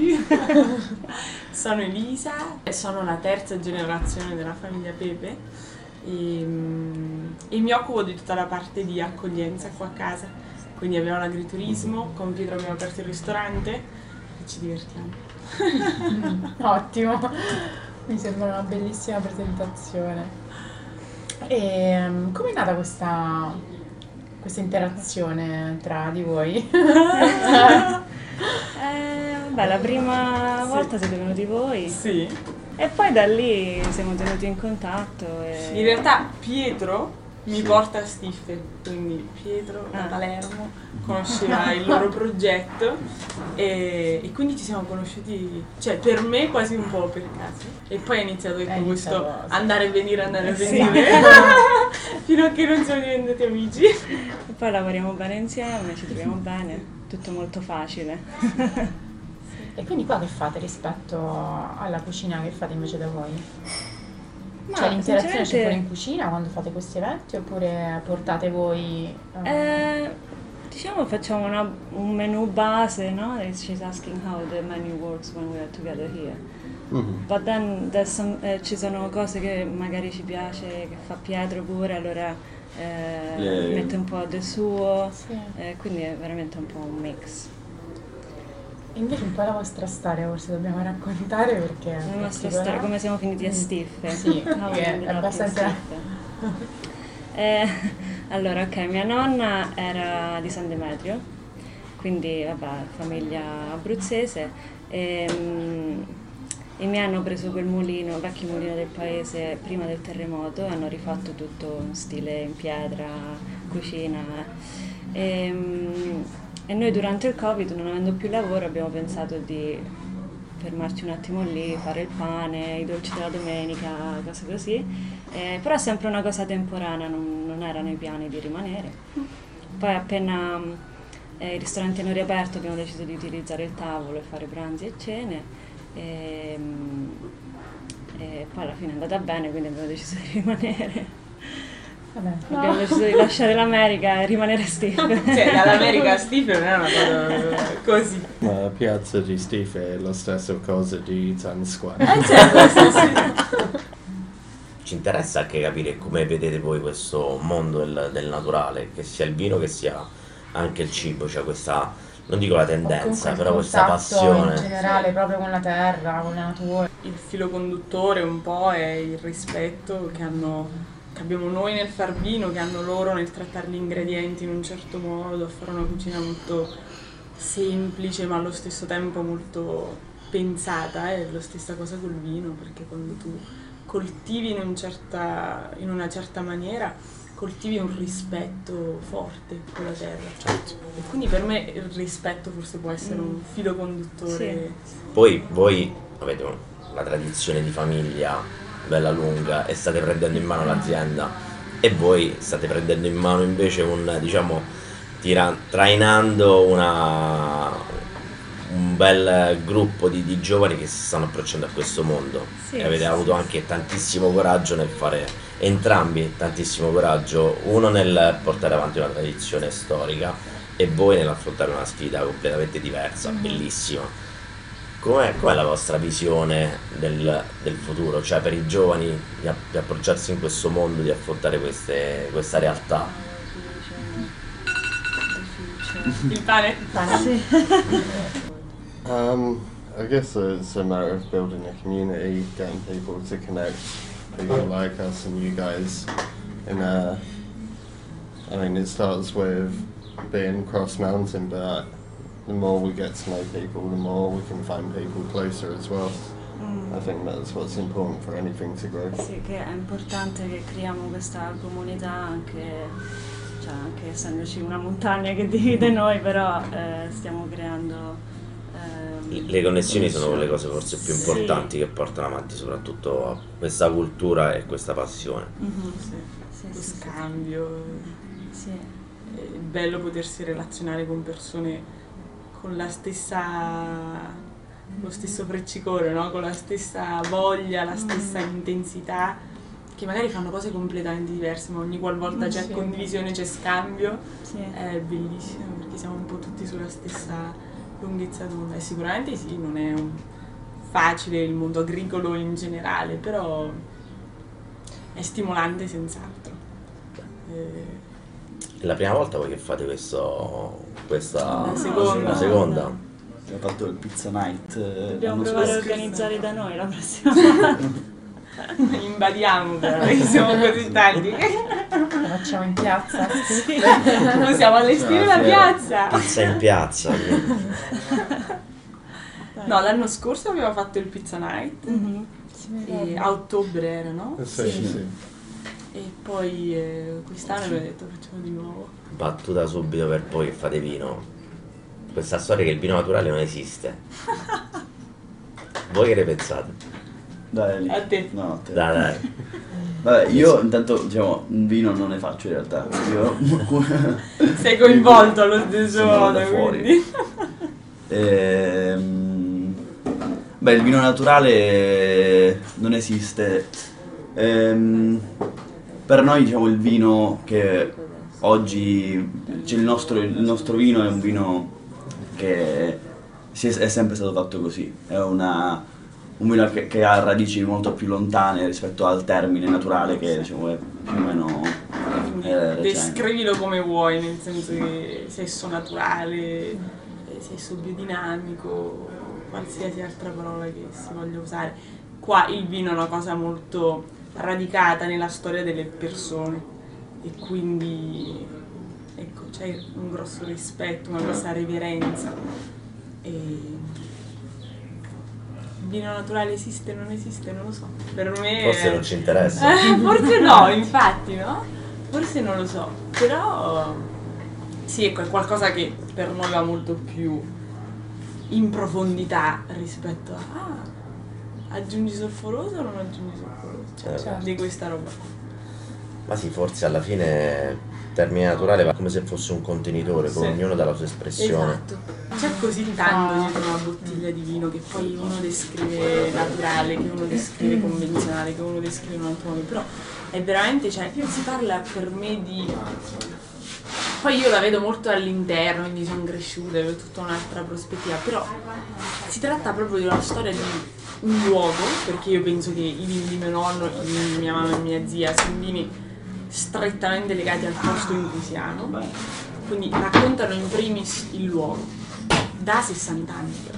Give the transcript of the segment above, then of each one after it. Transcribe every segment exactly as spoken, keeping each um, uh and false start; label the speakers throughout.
Speaker 1: amici. Sono Elisa e sono la terza generazione della famiglia Pepe e, e mi occupo di tutta la parte di accoglienza qua a casa. Quindi abbiamo l'agriturismo, con Pietro abbiamo aperto il ristorante e ci divertiamo.
Speaker 2: Ottimo, mi sembra una bellissima presentazione. E come è nata questa, questa interazione tra di voi?
Speaker 3: Eh, vabbè, la prima volta siete venuti voi.
Speaker 1: Sì.
Speaker 3: E poi da lì siamo tenuti in contatto. E...
Speaker 1: In realtà Pietro mi sì. porta a Stiffe, quindi Pietro da
Speaker 3: ah.
Speaker 1: Palermo conosceva il loro progetto e, e quindi ci siamo conosciuti, cioè per me quasi un po' per caso. E poi è iniziato ecco, eh, questo sì. andare e venire, andare e venire, sì. fino a che non siamo diventati amici.
Speaker 3: E poi lavoriamo bene insieme, ci troviamo bene, tutto molto facile.
Speaker 2: E quindi qua che fate rispetto alla cucina che fate invece da voi?
Speaker 3: Ma
Speaker 2: cioè l'interazione
Speaker 3: sinceramente...
Speaker 2: c'è pure in cucina quando fate questi eventi oppure portate voi? Uh...
Speaker 3: Eh, diciamo facciamo una, un menù base, no? She's asking how the menu works when we are together here. Mm-hmm. But then there's some, eh, ci sono cose che magari ci piace, che fa Pietro pure, allora eh, yeah, yeah. mette un po' del suo, sì. eh, quindi è veramente un po' un mix.
Speaker 2: Invece un po' la vostra storia forse dobbiamo raccontare perché...
Speaker 3: La nostra storia, come siamo finiti a Stiffe.
Speaker 2: Sì, no, che è abbastanza...
Speaker 3: eh, allora, ok, mia nonna era di San Demetrio, quindi vabbè, famiglia abruzzese, e, mm, e mi hanno preso quel mulino, il vecchio mulino del paese prima del terremoto, hanno rifatto tutto in stile in pietra, cucina. E, mm, E noi durante il Covid, non avendo più lavoro, abbiamo pensato di fermarci un attimo lì, fare il pane, i dolci della domenica, cose così. Eh, però è sempre una cosa temporanea, non, non era nei piani di rimanere. Poi appena eh, i ristoranti hanno riaperto abbiamo deciso di utilizzare il tavolo e fare pranzi e cene. E, e poi alla fine è andata bene, quindi abbiamo deciso di rimanere. Vabbè, no. Abbiamo deciso di lasciare l'America e rimanere a Stiffe.
Speaker 1: Cioè, dall'America a Stiffe non è una cosa così.
Speaker 4: Ma Piazza di Stiffe è lo stesso cosa di Times Square.
Speaker 1: Eh certo, sì, sì.
Speaker 5: Ci interessa anche capire come vedete voi questo mondo del, del naturale, che sia il vino che sia anche il cibo, cioè questa, non dico la tendenza, però questa passione.
Speaker 2: In generale, proprio con la terra, con la natura.
Speaker 1: Il filo conduttore un po' è il rispetto che hanno... che abbiamo noi nel far vino, che hanno loro nel trattare gli ingredienti in un certo modo, a fare una cucina molto semplice ma allo stesso tempo molto pensata. È la stessa cosa col vino, perché quando tu coltivi in, un certa, in una certa maniera coltivi un rispetto forte con la terra.
Speaker 5: Certo.
Speaker 1: E quindi per me il rispetto forse può essere mm. un filo conduttore.
Speaker 3: Sì.
Speaker 5: Poi voi avete una tradizione di famiglia bella lunga e state prendendo in mano l'azienda e voi state prendendo in mano invece un, diciamo, tira, trainando una, un bel gruppo di, di giovani che si stanno approcciando a questo mondo. Sì, e avete sì, avuto anche tantissimo coraggio nel fare, entrambi tantissimo coraggio, uno nel portare avanti una tradizione storica e voi nell'affrontare una sfida completamente diversa, mm-hmm. bellissima. Com'è, com'è la vostra visione del, del futuro, cioè per i giovani di, di approcciarsi in questo mondo, di affrontare queste, questa realtà?
Speaker 1: Il pane? Il pane, sì.
Speaker 4: Um, I guess it's a matter of building a community, getting people to connect, people like us and you guys. And uh, I mean, it starts with being cross mountain, but the more we get to know people, the more we can find people closer as well. Mm. I think that's what's important for anything to grow.
Speaker 3: Sì, che è importante che creiamo questa comunità anche, cioè anche essendoci una montagna che divide noi, però eh, stiamo creando... Ehm,
Speaker 5: le connessioni sono le cose forse più importanti, sì, che portano avanti soprattutto questa cultura e questa passione.
Speaker 3: Mm-hmm, sì, sì,
Speaker 1: lo
Speaker 3: sì,
Speaker 1: scambio.
Speaker 3: Sì.
Speaker 1: È bello potersi relazionare con persone con la stessa, lo stesso freccicore, no? Con la stessa voglia, la stessa mm. intensità, che magari fanno cose completamente diverse, ma ogni qualvolta c'è
Speaker 2: sì.
Speaker 1: condivisione, c'è scambio,
Speaker 3: sì.
Speaker 1: è bellissimo perché siamo un po' tutti sulla stessa lunghezza d'onda. E sicuramente sì, non è un- facile il mondo agricolo in generale, però è stimolante senz'altro. Eh,
Speaker 5: È la prima volta voi che fate questo, questa
Speaker 1: La seconda.
Speaker 5: la seconda?
Speaker 6: Abbiamo fatto il Pizza Night. eh,
Speaker 3: Dobbiamo
Speaker 6: l'anno
Speaker 3: provare a
Speaker 6: scorso.
Speaker 3: organizzare da noi la prossima volta.
Speaker 1: invadiamo perché siamo così tanti.
Speaker 2: Lo facciamo in piazza.
Speaker 3: Sì.
Speaker 1: Possiamo allestire la
Speaker 6: Sì.
Speaker 1: piazza.
Speaker 5: Pizza in piazza.
Speaker 1: No, l'anno scorso abbiamo fatto il Pizza Night.
Speaker 3: Mhm.
Speaker 1: E a ottobre era, no?
Speaker 4: Eh, sì,
Speaker 6: Sì.
Speaker 4: sì.
Speaker 1: E poi eh, quest'anno abbiamo detto facciamo di nuovo.
Speaker 5: Battuta subito per voi che fate vino. Questa storia che il vino naturale non esiste. Voi che ne pensate?
Speaker 6: Dai, lì.
Speaker 1: A te.
Speaker 6: No, a te.
Speaker 5: Dai, dai.
Speaker 6: Vabbè, io intanto, diciamo, un vino non ne faccio in realtà. Io
Speaker 1: Sei coinvolto allo stesso
Speaker 6: Sono
Speaker 1: modo,
Speaker 6: da fuori.
Speaker 1: quindi.
Speaker 6: Ehm, beh, il vino naturale non esiste. Ehm, per noi, diciamo, il vino che oggi, cioè il nostro, il nostro vino è un vino che si è, è sempre stato fatto così. È una, un vino che, che ha radici molto più lontane rispetto al termine naturale che, diciamo, è più o meno eh, recente.
Speaker 1: Descrivilo come vuoi, nel senso che sesso naturale, eh, sesso biodinamico, qualsiasi altra parola che si voglia usare. Qua il vino è una cosa molto radicata nella storia delle persone e quindi ecco, c'è un grosso rispetto, una grossa reverenza. E il vino naturale esiste o non esiste, non lo so. Per me
Speaker 5: Forse non ci interessa.
Speaker 1: eh, forse no, infatti, no? Forse non lo so, però sì, ecco, è qualcosa che per noi va molto più in profondità rispetto a ah, aggiungi solforoso o non aggiungi solforoso, cioè,
Speaker 5: Certo.
Speaker 1: di questa roba.
Speaker 5: Ma sì, forse alla fine il termine naturale va come se fosse un contenitore, con
Speaker 1: Sì.
Speaker 5: ognuno dà la sua espressione.
Speaker 1: Esatto. C'è così tanto dietro una bottiglia di vino che poi uno descrive naturale, che uno descrive convenzionale, che uno descrive in un altro modo, però è veramente, cioè, si parla per me di... Poi io la vedo molto all'interno, quindi sono cresciuta, avevo tutta un'altra prospettiva, però si tratta proprio di una storia di un luogo, perché io penso che i vini di mio nonno, i vini di mia mamma e mia zia sono vini strettamente legati al posto in cui siamo, quindi raccontano in primis il luogo, da sessanta anni però.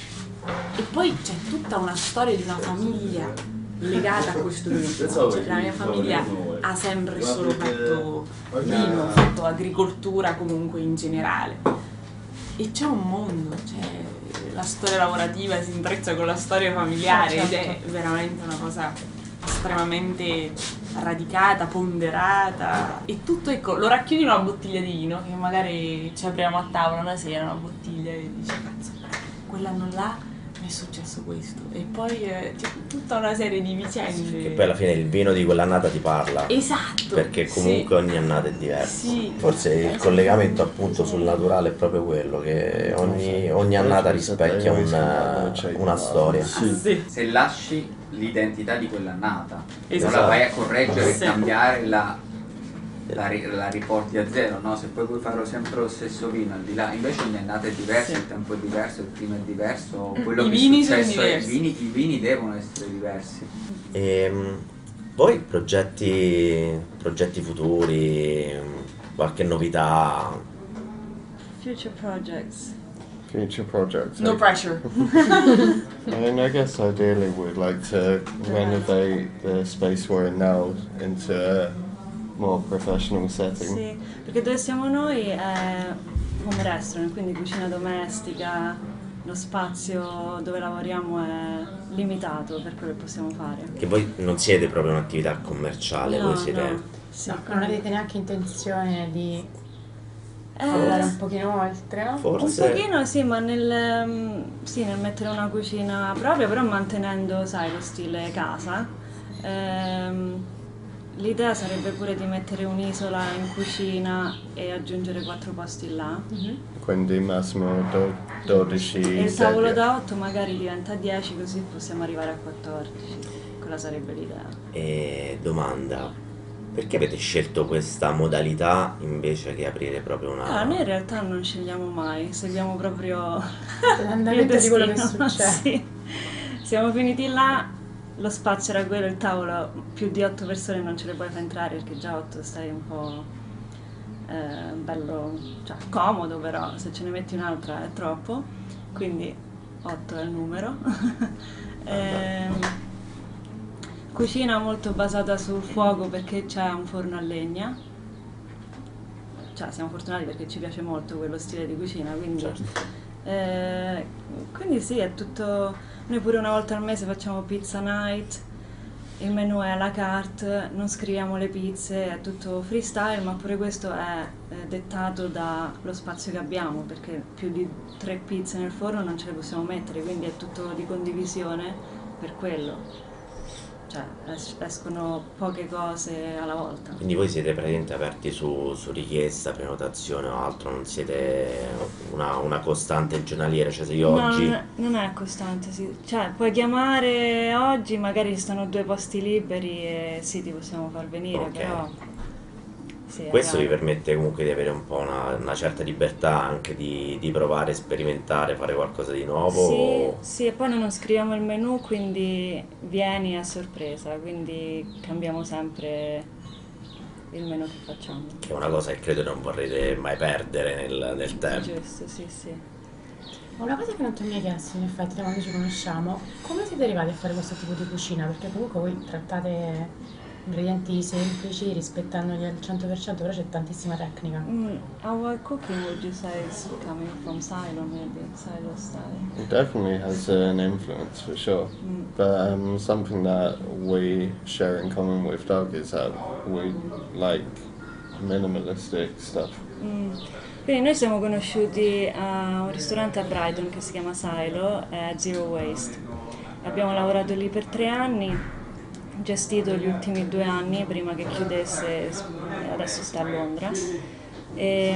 Speaker 1: E poi c'è tutta una storia di una famiglia legata a questo vino. Cioè, la mia famiglia ha sempre solo fatto vino, fatto agricoltura comunque in generale. E c'è un mondo, cioè la storia lavorativa si intreccia con la storia familiare ed è veramente una cosa estremamente radicata, ponderata e tutto, ecco, lo racchiudi in una bottiglia di vino che magari ci apriamo a tavola una sera, una bottiglia e dici cazzo, quell'anno là mi è successo questo e poi eh, c'è tutta una serie di vicende.
Speaker 5: Che poi alla fine il vino di quell'annata ti parla.
Speaker 1: Esatto.
Speaker 5: Perché comunque ogni annata è diversa.
Speaker 1: Sì.
Speaker 5: Forse il collegamento appunto sul naturale è proprio quello, che ogni, ogni annata rispecchia una, una storia.
Speaker 1: Ah, sì.
Speaker 7: Se lasci l'identità di quell'annata,
Speaker 1: Esatto.
Speaker 7: non la vai a correggere
Speaker 1: Sì.
Speaker 7: e cambiare, la, la, ri- la riporti a zero, no? Se poi puoi farlo sempre lo stesso vino, al di là, invece ogni annata è diversa,
Speaker 1: Sì.
Speaker 7: il tempo è diverso, il clima è diverso, quello
Speaker 1: I
Speaker 7: che
Speaker 1: vini
Speaker 7: è
Speaker 1: sono
Speaker 7: successo, i
Speaker 1: diversi.
Speaker 7: vini, i vini devono essere diversi.
Speaker 5: E voi progetti, progetti futuri, qualche novità?
Speaker 3: Future projects.
Speaker 4: Future projects.
Speaker 1: No
Speaker 4: I-
Speaker 1: pressure.
Speaker 4: I mean, I guess ideally we'd like to renovate the space we're in now into a more professional setting.
Speaker 3: Sì, perché dove siamo noi è home restaurant, quindi cucina domestica, lo spazio dove lavoriamo è limitato per quello che possiamo fare.
Speaker 5: Che voi non siete proprio un'attività commerciale,
Speaker 3: No,
Speaker 5: voi siete...
Speaker 3: no. Sì,
Speaker 2: No, non avete neanche intenzione di
Speaker 3: Eh,
Speaker 2: andare un pochino oltre, no?
Speaker 3: un
Speaker 5: Forse...
Speaker 3: pochino sì, ma nel, mm, sì, nel mettere una cucina propria, però mantenendo, sai, lo stile casa. Ehm, l'idea sarebbe pure di mettere un'isola in cucina e aggiungere quattro posti là.
Speaker 4: Quindi massimo do- dodici
Speaker 3: E il tavolo
Speaker 4: sedie.
Speaker 3: da otto magari diventa dieci, così possiamo arrivare a quattordici. Quella sarebbe l'idea.
Speaker 5: E domanda, Perché avete scelto questa modalità invece che aprire proprio una...
Speaker 3: Ah, noi in realtà non scegliamo mai, seguiamo proprio il
Speaker 2: L'andamento di quello che
Speaker 3: destino.
Speaker 2: succede.
Speaker 3: Sì. Siamo finiti là, lo spazio era quello, il tavolo, più di otto persone non ce le puoi far entrare perché già otto stai un po' eh, bello, cioè comodo, però se ce ne metti un'altra è troppo, quindi otto è il numero. Ehm, cucina molto basata sul fuoco perché c'è un forno a legna, cioè siamo fortunati perché ci piace molto quello stile di cucina, quindi,
Speaker 5: Certo.
Speaker 3: eh, quindi sì, è tutto, noi pure una volta al mese facciamo pizza night, il menù è à la carte, non scriviamo le pizze, è tutto freestyle, ma pure questo è eh, dettato dallo spazio che abbiamo, perché più di tre pizze nel forno non ce le possiamo mettere, quindi è tutto di condivisione per quello. Cioè es- escono poche cose alla volta.
Speaker 5: Quindi voi siete praticamente aperti su, su richiesta, prenotazione o altro, non siete una, una costante giornaliera, cioè se io
Speaker 3: No,
Speaker 5: oggi...
Speaker 3: non è, non è costante, sì. Cioè puoi chiamare oggi, magari ci stanno due posti liberi e sì, ti possiamo far venire,
Speaker 5: Ok.
Speaker 3: però... Sì, è
Speaker 5: Questo vi
Speaker 3: raro.
Speaker 5: permette comunque di avere un po' una, una certa libertà anche di, di provare, sperimentare, fare qualcosa di nuovo.
Speaker 3: Sì, sì, e poi non scriviamo il menù, quindi vieni a sorpresa, quindi cambiamo sempre il menù che facciamo.
Speaker 5: Che è una cosa che credo non vorrete mai perdere nel, nel tempo.
Speaker 3: Giusto, sì, sì.
Speaker 2: Ma una cosa che non ti ho mai chiesto, in effetti, da quando ci conosciamo, come siete arrivati a fare questo tipo di cucina? Perché comunque voi trattate ingredienti semplici, rispettandoli al cento per cento, però c'è tantissima tecnica.
Speaker 3: Mm, our cooking, would you say, is coming from silo, maybe, silo style?
Speaker 4: It definitely has an influence for sure.
Speaker 3: Mm.
Speaker 4: But um, something that we share in common with Doug is that we like minimalistic stuff.
Speaker 3: Mm. Quindi noi siamo conosciuti a un ristorante a Brighton che si chiama Silo, è Zero Waste. Abbiamo lavorato lì per tre anni, gestito gli ultimi due anni prima che chiudesse, e adesso sta a Londra. E,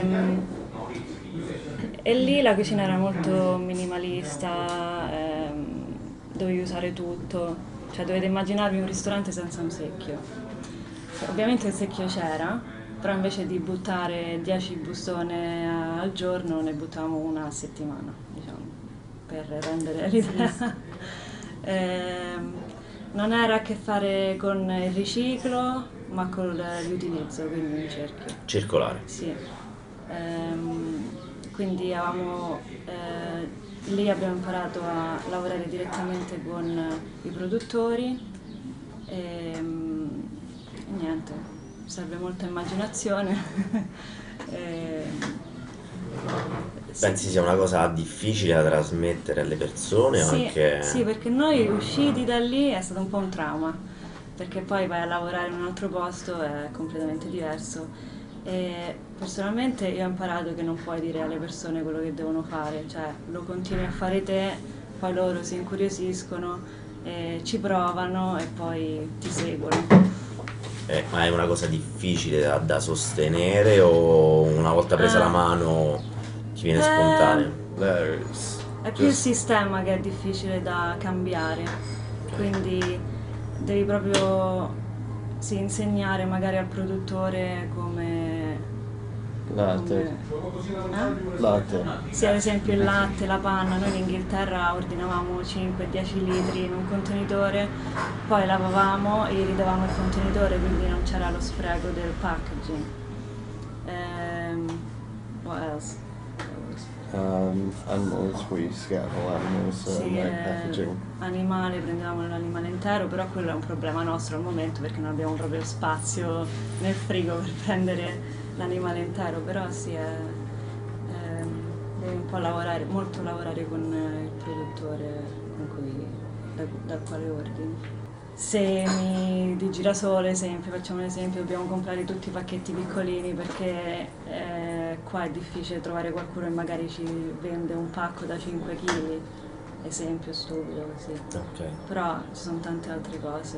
Speaker 3: e lì la cucina era molto minimalista, ehm, dovevi usare tutto, cioè dovete immaginarvi un ristorante senza un secchio. Ovviamente il secchio c'era, però invece di buttare dieci bustone a- al giorno ne buttavamo una a settimana, diciamo, per rendere l'idea. Ehm, non era a che fare con il riciclo, ma con il riutilizzo, quindi un cerchio.
Speaker 5: Circolare.
Speaker 3: Sì. Ehm, quindi avevamo, eh, lì abbiamo imparato a lavorare direttamente con i produttori e, e niente, serve molta immaginazione. Ehm, sì.
Speaker 5: Pensi sia una cosa difficile da trasmettere alle persone o
Speaker 3: Sì,
Speaker 5: anche...
Speaker 3: sì, perché noi usciti da lì è stato un po' un trauma, perché poi vai a lavorare in un altro posto, è completamente diverso. E personalmente io ho imparato che non puoi dire alle persone quello che devono fare, cioè lo continui a fare te, poi loro si incuriosiscono, e ci provano e poi ti seguono.
Speaker 5: Eh, ma è una cosa difficile da, da sostenere o una volta presa
Speaker 3: Ah.
Speaker 5: la mano ti viene
Speaker 3: Eh,
Speaker 5: spontaneo?
Speaker 4: There's
Speaker 3: È più il
Speaker 4: just
Speaker 3: sistema che è difficile da cambiare, quindi devi proprio sì, insegnare magari al produttore come...
Speaker 4: latte.
Speaker 3: come- eh?
Speaker 4: Latte.
Speaker 3: Sì, ad esempio il latte, la panna, noi in Inghilterra ordinavamo cinque dieci litri in un contenitore, poi lavavamo e ridavamo il contenitore, quindi non c'era lo spreco del packaging. Ehm, what else?
Speaker 4: Um, animals, we scatter animals, uh,
Speaker 3: Sì,
Speaker 4: like
Speaker 3: eh,
Speaker 4: packaging.
Speaker 3: animale, prendevamo l'animale intero, però quello è un problema nostro al momento perché non abbiamo proprio spazio nel frigo per prendere l'animale intero, però sì, è, ehm, devi un po' lavorare, molto lavorare con eh, il produttore con cui, da, dal quale ordini. Semi di girasole, esempio, facciamo un esempio, dobbiamo comprare tutti i pacchetti piccolini perché eh, qua è difficile trovare qualcuno che magari ci vende un pacco da cinque chili, esempio stupido così.
Speaker 5: Ok.
Speaker 3: Però ci sono tante altre cose.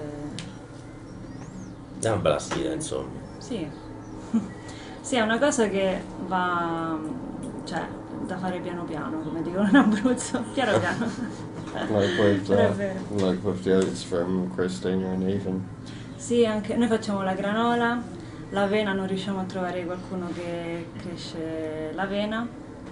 Speaker 5: È una bella sfida, insomma.
Speaker 3: Sì. Sì, è una cosa che va, cioè, da fare piano piano, come dicono in Abruzzo, piano piano.
Speaker 4: Like with,
Speaker 3: Però è
Speaker 4: uh,
Speaker 3: vero.
Speaker 4: like with the oats from Christina and Ethan.
Speaker 3: Sì, anche noi facciamo la granola, l'avena non riusciamo a trovare qualcuno che cresce l'avena,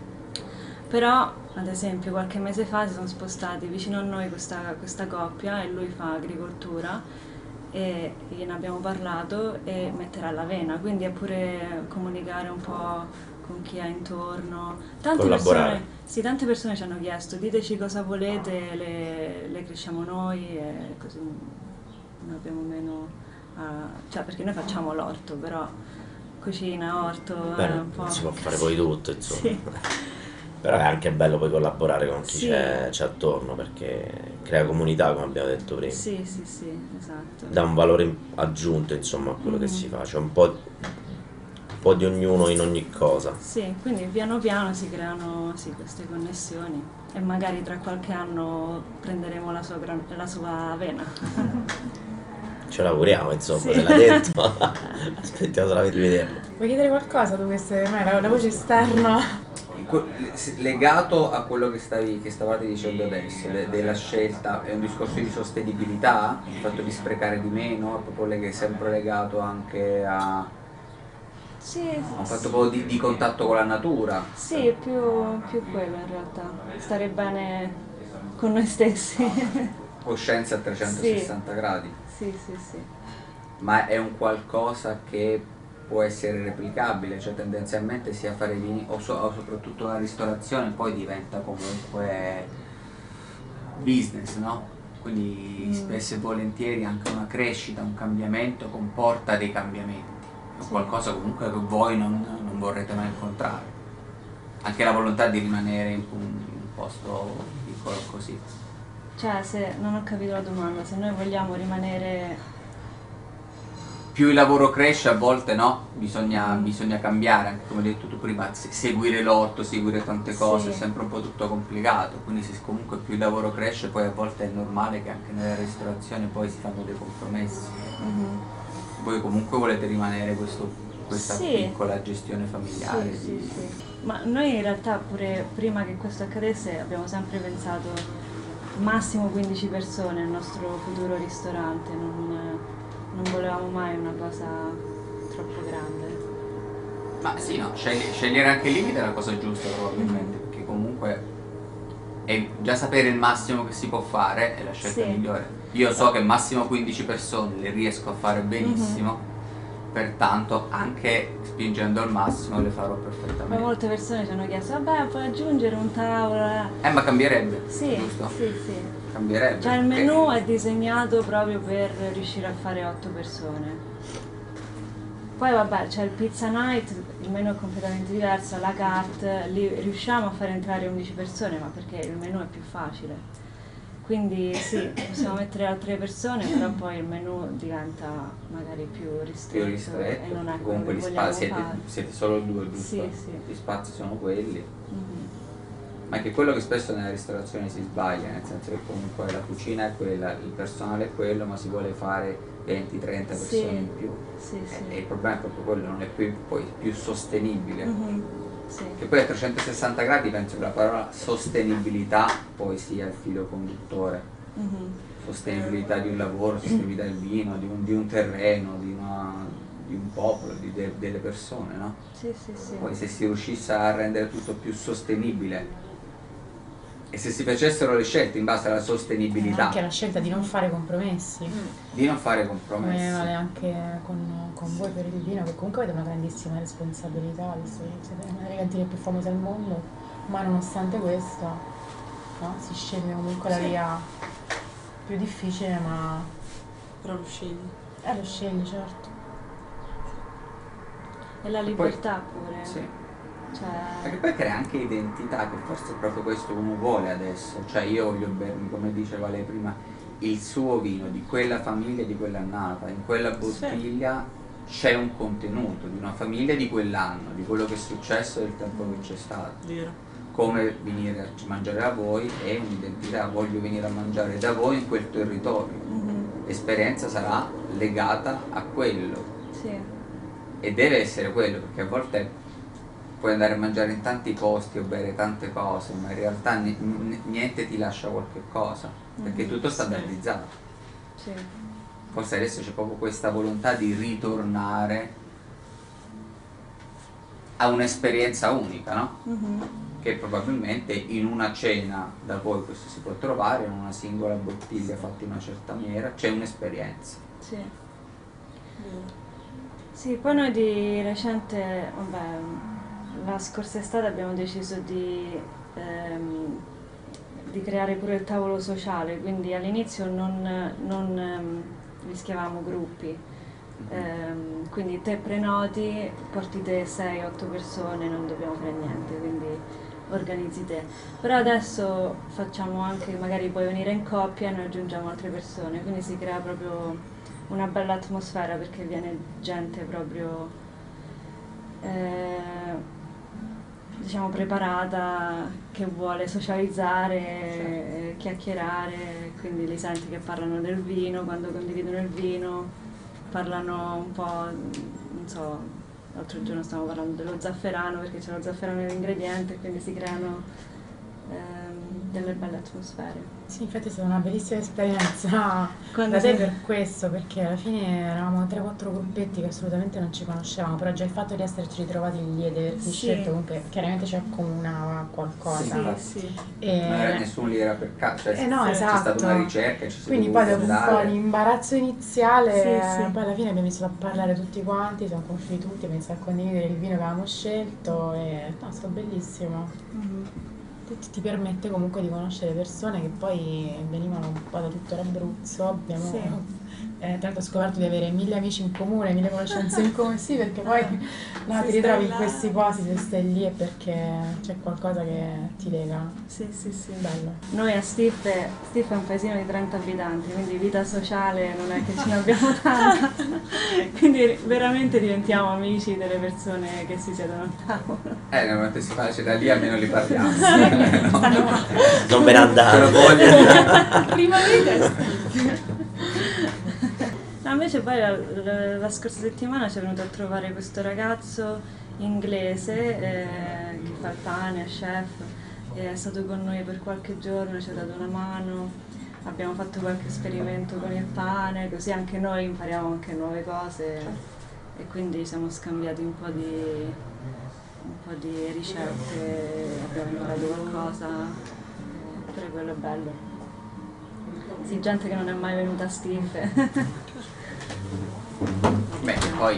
Speaker 3: però ad esempio qualche mese fa si sono spostati vicino a noi questa, questa coppia e lui fa agricoltura e gliene abbiamo parlato e metterà l'avena, quindi è pure comunicare un po' con chi è intorno. Tante
Speaker 5: Collaborare.
Speaker 3: persone, sì, tante persone ci hanno chiesto diteci cosa volete, le, le cresciamo noi e così non abbiamo meno, a- cioè perché noi facciamo l'orto, però cucina, orto, è
Speaker 5: Bene,
Speaker 3: un po'
Speaker 5: si può
Speaker 3: un
Speaker 5: fare
Speaker 3: casino.
Speaker 5: poi tutto, insomma.
Speaker 3: Sì.
Speaker 5: Però è anche bello poi collaborare con chi
Speaker 3: Sì.
Speaker 5: c'è, c'è attorno, perché crea comunità, come abbiamo detto prima.
Speaker 3: Sì, sì, sì, esatto.
Speaker 5: Dà un valore in- aggiunto, insomma, a quello che
Speaker 3: Mhm.
Speaker 5: si fa. C'è un po', un po' di ognuno in ogni cosa.
Speaker 3: Sì, quindi piano piano si creano sì, queste connessioni e magari tra qualche anno prenderemo la sua, gran- la sua avena.
Speaker 5: Ce l'auguriamo, insomma,
Speaker 3: Sì.
Speaker 5: se l'ha detto. Aspettiamo se la vedi vederlo.
Speaker 2: Vuoi chiedere qualcosa tu queste, ormai la, la voce esterna?
Speaker 7: Que- Legato a quello che, stavi, che stavate dicendo adesso, de- della scelta, è un discorso di sostenibilità, il fatto di sprecare di meno, è proprio leg- sempre legato anche a,
Speaker 3: Sì,
Speaker 7: a un fatto
Speaker 3: sì,
Speaker 7: proprio di, di contatto con la natura.
Speaker 3: sì, più, più quello in realtà, stare bene con noi stessi.
Speaker 7: Coscienza a trecentosessanta gradi,
Speaker 3: Sì, sì, sì.
Speaker 7: ma è un qualcosa che può essere replicabile, cioè tendenzialmente sia fare vini o, so- o soprattutto la ristorazione poi diventa comunque business, no? Quindi
Speaker 3: Mm.
Speaker 7: spesso e volentieri anche una crescita, un cambiamento comporta dei cambiamenti, è
Speaker 3: Sì.
Speaker 7: qualcosa comunque che voi non, non vorrete mai incontrare, anche la volontà di rimanere in un, in un posto piccolo così.
Speaker 3: Cioè, se non ho capito la domanda, se noi vogliamo rimanere...
Speaker 7: Più il lavoro cresce a volte no, bisogna, bisogna cambiare, anche come hai detto tu prima, se- seguire l'orto, seguire tante cose,
Speaker 3: Sì.
Speaker 7: è sempre un po' tutto complicato, quindi se comunque più il lavoro cresce poi a volte è normale che anche nella ristorazione poi si fanno dei compromessi.
Speaker 3: Mhm.
Speaker 7: Voi comunque volete rimanere questo, questa
Speaker 3: Sì.
Speaker 7: piccola gestione familiare.
Speaker 3: Sì,
Speaker 7: di-
Speaker 3: sì, sì. Ma noi in realtà pure prima che questo accadesse abbiamo sempre pensato massimo quindici persone nel nostro futuro ristorante, non, non volevamo mai una cosa troppo grande.
Speaker 7: Ma sì, no, scegli- scegliere anche il limite è la cosa giusta probabilmente, perché comunque è già sapere il massimo che si può fare è la scelta
Speaker 3: Sì.
Speaker 7: migliore. Io so che massimo quindici persone le riesco a fare benissimo, pertanto anche spingendo al massimo le farò
Speaker 3: Poi
Speaker 7: perfettamente.
Speaker 3: molte persone ci hanno chiesto, vabbè, puoi aggiungere un tavolo? eh?"
Speaker 7: Eh, ma cambierebbe,
Speaker 3: Sì,
Speaker 7: giusto?
Speaker 3: sì, sì.
Speaker 7: Cambierebbe.
Speaker 3: Cioè il
Speaker 7: perché-
Speaker 3: menù è disegnato proprio per riuscire a fare otto persone. Poi vabbè, c'è il pizza night, il menù è completamente diverso, la carte, lì riusciamo a far entrare undici persone, ma perché il menù è più facile. Quindi sì, possiamo mettere altre persone, però poi il menù diventa magari più ristretto,
Speaker 7: più ristretto,
Speaker 3: e non è quello
Speaker 7: comunque
Speaker 3: che
Speaker 7: gli
Speaker 3: vogliamo
Speaker 7: spazi siete,
Speaker 3: fare.
Speaker 7: siete solo due, giusto?
Speaker 3: Sì, sì.
Speaker 7: Gli spazi sono quelli.
Speaker 3: Mhm.
Speaker 7: Ma anche quello che spesso nella ristorazione si sbaglia, nel senso che comunque la cucina è quella, il personale è quello, ma si vuole fare venti trenta persone
Speaker 3: Sì,
Speaker 7: in più.
Speaker 3: sì,
Speaker 7: E-
Speaker 3: sì.
Speaker 7: E il problema è proprio quello, non è più, poi più sostenibile.
Speaker 3: Mhm. Sì.
Speaker 7: Che poi a trecentosessanta gradi penso che la parola sostenibilità poi sia il filo conduttore.
Speaker 3: Mhm.
Speaker 7: Sostenibilità di un lavoro, sostenibilità del vino, di un, di un terreno, di, una- di un popolo, di de- delle persone, no?
Speaker 3: Sì, sì, sì.
Speaker 7: Poi se si riuscisse a rendere tutto più sostenibile e se si facessero le scelte in base alla sostenibilità,
Speaker 2: Anche la scelta di non fare compromessi,
Speaker 7: di non fare
Speaker 2: come
Speaker 7: compromessi.
Speaker 2: vale anche con, con voi per il vino, che comunque avete una grandissima responsabilità, visto che siete una delle cantine più famose al mondo, ma nonostante questo, no, si sceglie comunque la via più difficile, ma
Speaker 1: Però lo scegli.
Speaker 2: eh, lo scegli, certo.
Speaker 3: E la libertà pure.
Speaker 7: Sì.
Speaker 3: Cioè,
Speaker 7: Perché poi crea anche identità, che forse è proprio questo che uno vuole adesso. Cioè io voglio bermi, come diceva lei prima, il suo vino, di quella famiglia, di quell'annata. In quella bottiglia c'è un contenuto di una famiglia di quell'anno, di quello che è successo e del tempo che c'è stato.
Speaker 1: Vero.
Speaker 7: Come venire a mangiare da voi è un'identità, voglio venire a mangiare da voi in quel territorio.
Speaker 3: mhm,
Speaker 7: L'esperienza sarà legata a quello
Speaker 3: sì.
Speaker 7: e deve essere quello, perché a volte puoi andare a mangiare in tanti posti o bere tante cose, ma in realtà ni- ni- niente ti lascia qualche cosa, perché è tutto standardizzato.
Speaker 3: Sì.
Speaker 7: forse adesso c'è proprio questa volontà di ritornare a un'esperienza unica, no?
Speaker 3: Mhm.
Speaker 7: Che probabilmente in una cena da voi questo si può trovare, in una singola bottiglia fatta in una certa maniera, c'è un'esperienza.
Speaker 3: Sì. Sì, poi noi di recente, vabbè, la scorsa estate abbiamo deciso di, ehm, di creare pure il tavolo sociale, quindi all'inizio non, non ehm, rischiavamo gruppi, ehm, quindi te prenoti, porti te sei otto persone, non dobbiamo fare niente, quindi organizzi te. Però adesso facciamo anche, magari puoi venire in coppia e noi aggiungiamo altre persone, quindi si crea proprio una bella atmosfera perché viene gente proprio eh, diciamo preparata, che vuole socializzare, eh, chiacchierare, quindi li senti che parlano del vino, quando condividono il vino parlano un po', non so, l'altro giorno stavamo parlando dello zafferano perché c'è lo zafferano nell'ingrediente, quindi si creano ehm, delle belle atmosfere.
Speaker 2: Sì, infatti è stata una bellissima esperienza
Speaker 3: Quando
Speaker 2: da te
Speaker 3: si-
Speaker 2: per questo, perché alla fine eravamo tre quattro gruppetti che assolutamente non ci conoscevamo, però già il fatto di esserci ritrovati lì ed averti
Speaker 3: Sì.
Speaker 2: scelto comunque chiaramente ci accomunava qualcosa.
Speaker 7: Sì,
Speaker 3: Sì, sì.
Speaker 2: E-
Speaker 7: Non era, nessuno lì era per caso, cioè,
Speaker 2: Eh no,
Speaker 7: c'è
Speaker 2: esatto.
Speaker 7: stata una ricerca, ci si è
Speaker 2: Quindi
Speaker 7: dovuti
Speaker 2: poi dopo un
Speaker 7: andare.
Speaker 2: po' di imbarazzo iniziale,
Speaker 3: Sì,
Speaker 2: eh,
Speaker 3: sì.
Speaker 2: poi alla fine abbiamo iniziato a parlare tutti quanti, siamo conosciuti tutti, abbiamo iniziato a condividere il vino che avevamo scelto e no, è stato bellissimo.
Speaker 3: Mhm.
Speaker 2: Ti, ti permette comunque di conoscere persone che poi venivano un po' da tutto l'Abruzzo. Abbiamo
Speaker 3: Sì.
Speaker 2: eh, tra l'altro scoperto di avere mille amici in comune, mille conoscenze in comune, sì, perché poi no,
Speaker 1: Si
Speaker 2: ti ritrovi in
Speaker 1: sta là.
Speaker 2: questi posti, se stai lì è perché c'è qualcosa che ti lega.
Speaker 3: Sì, sì, sì.
Speaker 2: Bello.
Speaker 3: Noi a Stiffe, Stiffe è un paesino di trenta abitanti, quindi vita sociale non è che ce ne abbiamo tanta, quindi veramente diventiamo amici delle persone che si siedono al tavolo.
Speaker 7: Eh, normalmente si fa, cioè, da lì almeno li parliamo.
Speaker 5: Non me ne andate.
Speaker 7: Però voglio-
Speaker 1: Rimanete
Speaker 3: No, invece poi la, la- la scorsa settimana ci è venuto a trovare questo ragazzo inglese eh, che fa il pane, è chef, è stato con noi per qualche giorno, ci ha dato una mano, abbiamo fatto qualche esperimento con il pane, così anche noi impariamo anche nuove cose e quindi siamo scambiati un po' di, un po' di ricette, abbiamo imparato qualcosa, pure quello è bello. Sì, gente che non è mai venuta a Stiffe.
Speaker 7: Beh, poi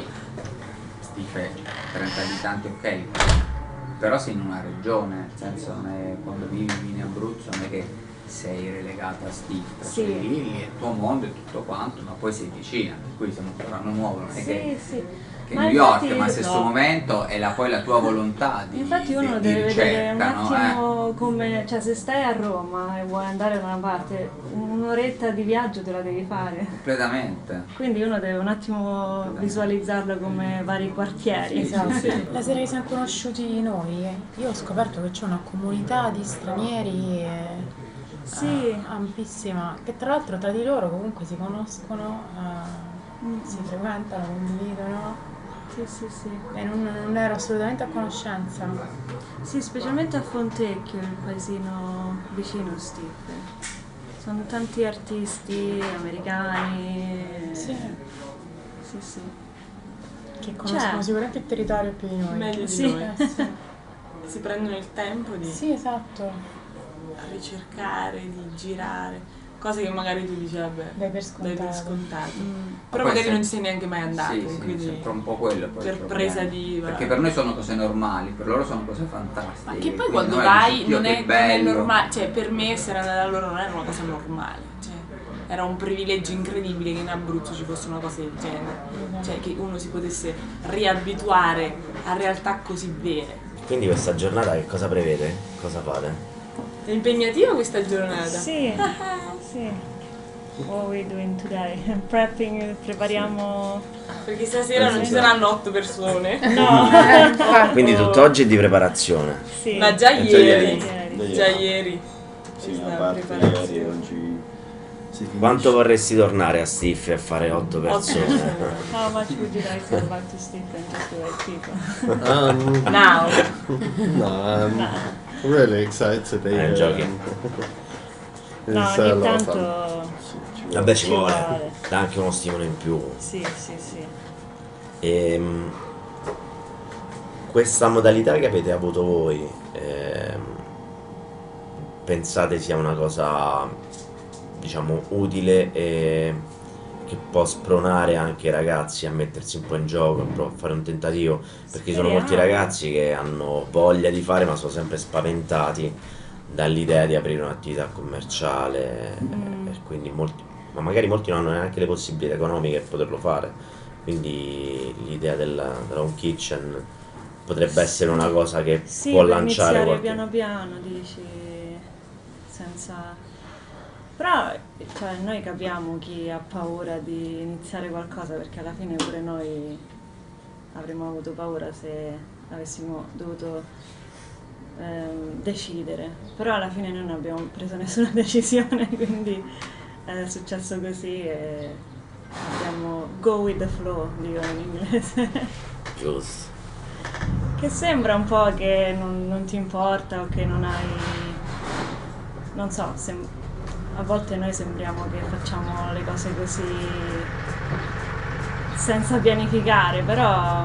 Speaker 7: Stife trenta abitanti, ok, però sei in una regione, nel senso non è, quando vivi in Abruzzo non è che sei relegata a Stife,
Speaker 3: Sì.
Speaker 7: cioè, lì, lì è il tuo mondo e tutto quanto, ma poi sei vicina, per cui siamo un anno nuovo, non è che,
Speaker 3: Sì, sì.
Speaker 7: che
Speaker 3: Ma
Speaker 7: New York,
Speaker 3: infatti-
Speaker 7: ma allo stesso
Speaker 3: no.
Speaker 7: momento è la, poi la tua volontà di,
Speaker 3: Infatti
Speaker 7: di,
Speaker 3: uno
Speaker 7: di
Speaker 3: deve vedere un
Speaker 7: ricerca, no? Eh?
Speaker 3: attimo come, cioè se stai a Roma e vuoi andare da una parte, un'oretta di viaggio te la devi fare.
Speaker 7: Completamente.
Speaker 3: Quindi uno deve un attimo visualizzarlo come vari quartieri.
Speaker 2: Esatto.
Speaker 7: sì.
Speaker 2: La sera che siamo conosciuti noi, io ho scoperto che c'è una comunità di stranieri eh,
Speaker 3: Sì.
Speaker 2: ah, ampissima, che tra l'altro tra di loro comunque si conoscono, eh, si frequentano, condividono
Speaker 3: Sì, sì, sì.
Speaker 2: e non, non ero assolutamente a conoscenza.
Speaker 3: Sì, specialmente a Fontecchio, il paesino vicino a Stiffe. Sono tanti artisti americani.
Speaker 2: Sì,
Speaker 3: Sì, sì.
Speaker 2: che conoscono
Speaker 3: C'è.
Speaker 2: sicuramente il territorio più di noi.
Speaker 1: meglio di
Speaker 3: Sì.
Speaker 1: noi.
Speaker 2: Eh, sì.
Speaker 1: Si prendono il tempo di
Speaker 2: Sì, esatto,
Speaker 1: ricercare, di girare, cose che magari tu dici, vabbè,
Speaker 2: dai per
Speaker 1: dai per
Speaker 2: scontato.
Speaker 1: scontato.
Speaker 3: Mm.
Speaker 1: Però
Speaker 7: poi
Speaker 1: magari
Speaker 7: se-
Speaker 1: non ci sei neanche mai andato,
Speaker 7: Sì, sì,
Speaker 1: quindi
Speaker 7: sempre un po' quello poi il
Speaker 1: per
Speaker 7: problema.
Speaker 1: presa di...
Speaker 7: Perché per noi sono cose normali, per loro sono cose fantastiche.
Speaker 1: Ma che poi
Speaker 7: quindi
Speaker 1: quando
Speaker 7: noi
Speaker 1: vai
Speaker 7: dici, "Dio,
Speaker 1: non
Speaker 7: che
Speaker 1: è, non è
Speaker 7: bello".
Speaker 1: normale, cioè per me essere andata da loro non era una cosa normale, cioè era un privilegio incredibile che in Abruzzo ci fosse una cosa del genere, cioè che uno si potesse riabituare a realtà così vere.
Speaker 5: Quindi questa giornata che cosa prevede? Cosa fate?
Speaker 1: È impegnativa questa giornata?
Speaker 3: Sì, sì. What are we doing today? Prepping, prepariamo...
Speaker 1: Perché stasera non ci saranno otto persone.
Speaker 3: No,
Speaker 5: Quindi tutt'oggi è di preparazione.
Speaker 3: sì.
Speaker 1: Ma già
Speaker 6: Eh, già
Speaker 1: ieri,
Speaker 3: ieri.
Speaker 1: già ieri.
Speaker 6: Sì,
Speaker 1: Questa
Speaker 6: a parte
Speaker 1: preparazione.
Speaker 6: ieri oggi si finisce.
Speaker 5: Quanto vorresti tornare a Stiffe a fare otto
Speaker 1: Otto
Speaker 5: persone?
Speaker 1: persone.
Speaker 3: How much would you like to go back to Steve and just the right people?
Speaker 4: Um,
Speaker 1: Now.
Speaker 4: no, I'm
Speaker 3: No.
Speaker 4: really excited to be
Speaker 5: I'm
Speaker 4: here.
Speaker 5: joking.
Speaker 4: It's
Speaker 3: No,
Speaker 4: a
Speaker 3: ogni
Speaker 4: lot of fun.
Speaker 3: tanto
Speaker 6: Sì, ci
Speaker 5: Vabbè, ci
Speaker 3: Ci
Speaker 5: vuole,
Speaker 3: vuole.
Speaker 5: dà anche uno stimolo in più.
Speaker 3: Sì, sì, sì.
Speaker 5: Ehm, questa modalità che avete avuto voi, ehm, pensate sia una cosa, diciamo, utile e che può spronare anche i ragazzi a mettersi un po' in gioco, a prov- a fare un tentativo? Perché ci sono molti
Speaker 3: Speriamo.
Speaker 5: ragazzi che hanno voglia di fare, ma sono sempre spaventati dall'idea di aprire un'attività commerciale,
Speaker 3: Mm.
Speaker 5: e quindi molti, ma magari molti non hanno neanche le possibilità economiche per poterlo fare. Quindi l'idea della, della home kitchen potrebbe essere una cosa che
Speaker 3: Sì,
Speaker 5: può
Speaker 3: per
Speaker 5: lanciare
Speaker 3: iniziare
Speaker 5: qualche...
Speaker 3: piano piano, dici, senza... Però, cioè, noi capiamo chi ha paura di iniziare qualcosa, perché alla fine pure noi avremmo avuto paura se avessimo dovuto ehm, decidere. Però alla fine noi non abbiamo preso nessuna decisione, quindi è successo così e abbiamo go with the flow, dico in inglese.
Speaker 5: Giusto.
Speaker 3: Che sembra un po' che non, non ti importa o che non hai... Non so, sem- a volte noi sembriamo che facciamo le cose così senza pianificare, però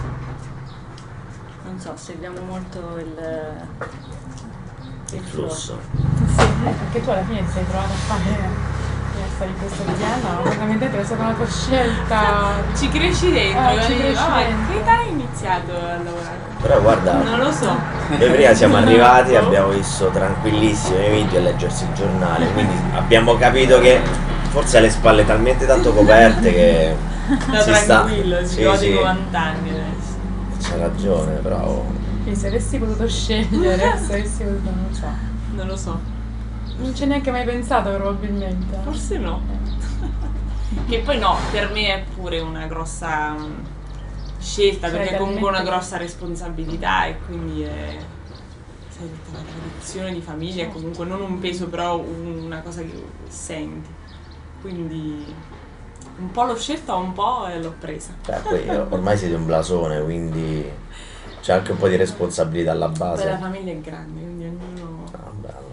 Speaker 3: non so, seguiamo molto il,
Speaker 5: Il flusso.
Speaker 2: Eh, perché tu alla fine ti sei trovata a fare a fare in questa azienda, ma fondamentalmente è stata una tua scelta.
Speaker 1: Ci cresci dentro,
Speaker 2: Eh, ci
Speaker 1: capito?
Speaker 2: cresci
Speaker 1: Ah, ma
Speaker 2: dentro.
Speaker 1: che età hai iniziato a lavorare?
Speaker 5: Però guarda,
Speaker 1: Non lo so.
Speaker 5: noi prima siamo arrivati e abbiamo visto tranquillissimi i video e leggersi il giornale, quindi abbiamo capito che forse ha le spalle talmente tanto coperte che
Speaker 1: Da
Speaker 5: si sta...
Speaker 1: tranquillo, si
Speaker 5: Sì,
Speaker 1: gode
Speaker 5: sì,
Speaker 1: i novanta anni adesso.
Speaker 5: c'ha ragione, bravo.
Speaker 2: Quindi se avessi potuto scegliere, se avessi potuto, non so.
Speaker 1: Non lo so.
Speaker 2: Non ci hai neanche mai pensato probabilmente.
Speaker 1: Forse no. Che poi no, per me è pure una grossa mm, scelta,
Speaker 2: Cioè,
Speaker 1: perché è comunque una
Speaker 2: talmente-
Speaker 1: grossa responsabilità e quindi è, sai, tutta la tradizione di famiglia è comunque non un peso, però un- una cosa che senti. Quindi un po' l'ho scelta, un po' e l'ho presa.
Speaker 5: Beh, poi ormai siete un blasone, quindi c'è anche un po' di responsabilità alla
Speaker 1: Poi la
Speaker 5: base.
Speaker 1: famiglia è grande, quindi ognuno
Speaker 5: Ah, bello.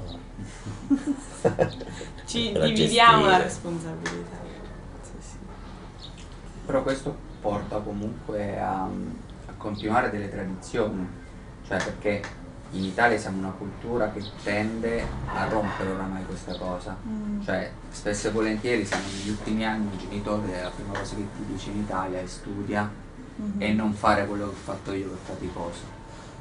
Speaker 1: ci
Speaker 5: Da
Speaker 1: dividiamo la
Speaker 5: gestire.
Speaker 1: responsabilità. Sì, sì.
Speaker 7: Però questo porta comunque a, a continuare delle tradizioni, cioè perché in Italia siamo una cultura che tende a rompere oramai questa cosa, cioè spesso e volentieri siamo negli ultimi anni un genitore la prima cosa che ti dice in Italia è studia e non fare quello che ho fatto io per faticoso.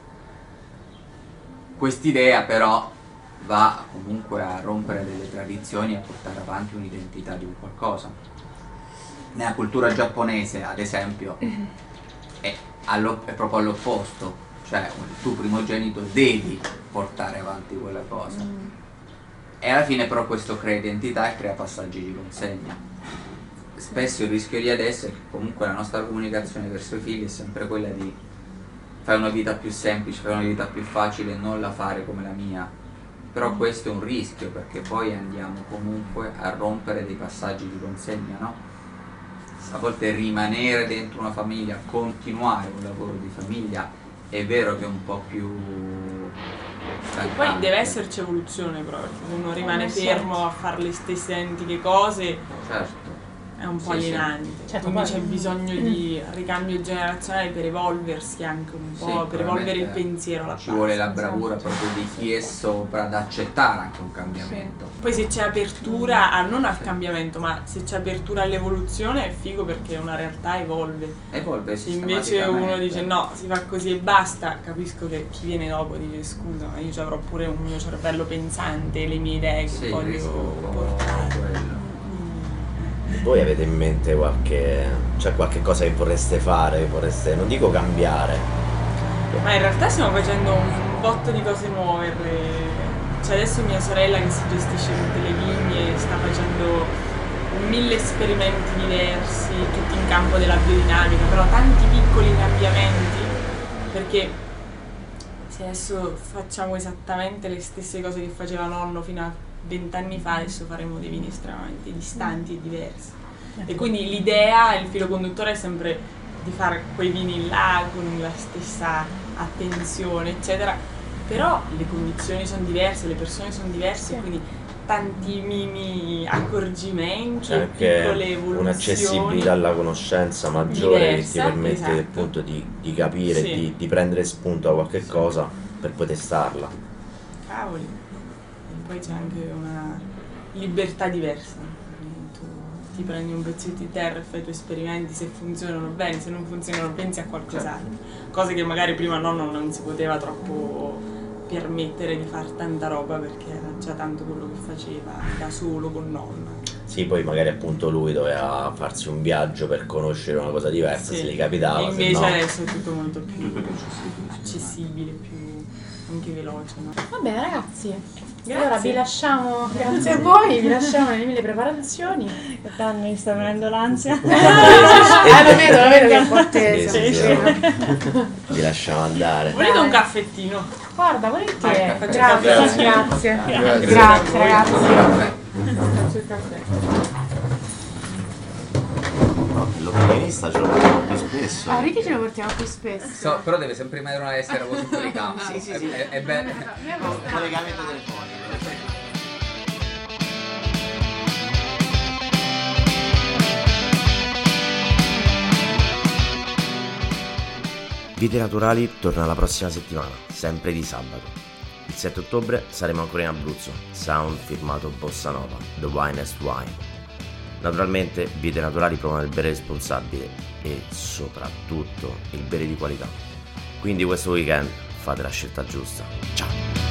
Speaker 7: Quest'idea però va comunque a rompere delle tradizioni e a portare avanti un'identità di un qualcosa. Nella cultura giapponese, ad esempio, è, allo- è proprio all'opposto, cioè il tuo primogenito devi portare avanti quella cosa. E alla fine però questo crea identità e crea passaggi di consegna. Spesso il rischio di adesso è che comunque la nostra comunicazione verso i figli è sempre quella di fare una vita più semplice, fare una vita più facile e non la fare come la mia. Però questo è un rischio perché poi andiamo comunque a rompere dei passaggi di consegna, no? A volte rimanere dentro una famiglia, continuare un lavoro di famiglia, è vero che è un po' più stancante.
Speaker 1: Poi deve esserci evoluzione però, perché se uno rimane
Speaker 2: Eh, sì.
Speaker 1: fermo a fare le stesse identiche cose
Speaker 7: Certo.
Speaker 1: è un po'
Speaker 7: Sì, sì.
Speaker 1: alienante.
Speaker 2: Certo,
Speaker 1: Quindi
Speaker 2: poi-
Speaker 1: c'è bisogno di ricambio generazionale per evolversi anche un po',
Speaker 7: Sì,
Speaker 1: per evolvere il
Speaker 7: probabilmente
Speaker 1: pensiero. La
Speaker 7: ci vuole la
Speaker 1: base.
Speaker 7: bravura proprio di chi è sopra ad accettare anche un cambiamento.
Speaker 1: Poi se c'è apertura, a, non al cambiamento, ma se c'è apertura all'evoluzione è figo perché una realtà evolve.
Speaker 7: Evolve
Speaker 1: Se invece
Speaker 7: sistematicamente.
Speaker 1: uno dice no, si fa così e basta, capisco che chi viene dopo dice scusa, ma io ci avrò pure un mio cervello pensante, le mie idee che
Speaker 7: Sì, il
Speaker 1: voglio
Speaker 7: rischio è un po'
Speaker 1: portare.
Speaker 7: quello.
Speaker 5: Voi avete in mente qualche, cioè qualche cosa che vorreste fare, che vorreste, non dico cambiare,
Speaker 1: Ma in realtà stiamo facendo un botto di cose nuove. le- Cioè adesso mia sorella che si gestisce tutte le vigne sta facendo mille esperimenti diversi, tutti in campo della biodinamica, però tanti piccoli cambiamenti, perché se adesso facciamo esattamente le stesse cose che faceva nonno fino a vent'anni fa, adesso faremo dei vini estremamente distanti e diversi. E quindi l'idea, il filo conduttore è sempre di fare quei vini là con la stessa attenzione, eccetera. Però le condizioni sono diverse, le persone sono diverse, quindi tanti mini accorgimenti,
Speaker 5: C'è anche
Speaker 1: piccole evoluzioni.
Speaker 5: un'accessibilità alla conoscenza maggiore che ti
Speaker 1: Diversa,
Speaker 5: permette
Speaker 1: esatto.
Speaker 5: appunto di, di capire,
Speaker 1: Sì.
Speaker 5: di, di prendere spunto da qualche cosa per poi testarla.
Speaker 1: Cavoli. E poi c'è anche una libertà diversa. Tu ti prendi un pezzetto di terra e fai i tuoi esperimenti, se funzionano bene, se non funzionano pensi a qualcos'altro. Cose che magari prima nonno non si poteva troppo permettere di fare tanta roba perché era già tanto quello che faceva da solo con nonna.
Speaker 5: Sì, poi magari appunto lui doveva farsi un viaggio per conoscere una cosa diversa,
Speaker 1: Sì.
Speaker 5: se gli capitava,
Speaker 1: E invece
Speaker 5: se no...
Speaker 1: adesso è tutto molto più accessibile, più anche veloce, no?
Speaker 2: Va bene ragazzi,
Speaker 1: Grazie.
Speaker 2: allora vi lasciamo, grazie a voi, vi lasciamo nelle mille preparazioni.
Speaker 3: Danno, mi sta venendo l'ansia.
Speaker 2: Ah, lo vedo, lo vedo che è un po'
Speaker 5: Sì,
Speaker 2: attesa.
Speaker 5: sì, sì. Ti lasciamo andare.
Speaker 1: Volete
Speaker 2: Dai.
Speaker 1: un caffettino?
Speaker 2: Guarda, volentieri.
Speaker 1: Vai, faccio
Speaker 2: Grazie,
Speaker 1: caffè.
Speaker 2: grazie.
Speaker 4: Grazie.
Speaker 2: Grazie ragazzi.
Speaker 7: Vabbè.
Speaker 1: Faccio il caffè.
Speaker 5: No, l'opinionista ce lo facciamo più spesso.
Speaker 2: Ah, Ricky ce lo portiamo più spesso.
Speaker 7: So, però deve sempre rimanere una lettera così fuori campo.
Speaker 5: Sì, sì, sì.
Speaker 7: È, è bello.
Speaker 5: Collegamento telefonico. Vite Naturali torna la prossima settimana, sempre di sabato. Il sette ottobre saremo ancora in Abruzzo, sound firmato Bossa Nova, The Winest Wine. Naturalmente Vite Naturali promuove il bere responsabile e soprattutto il bere di qualità. Quindi questo weekend fate la scelta giusta. Ciao!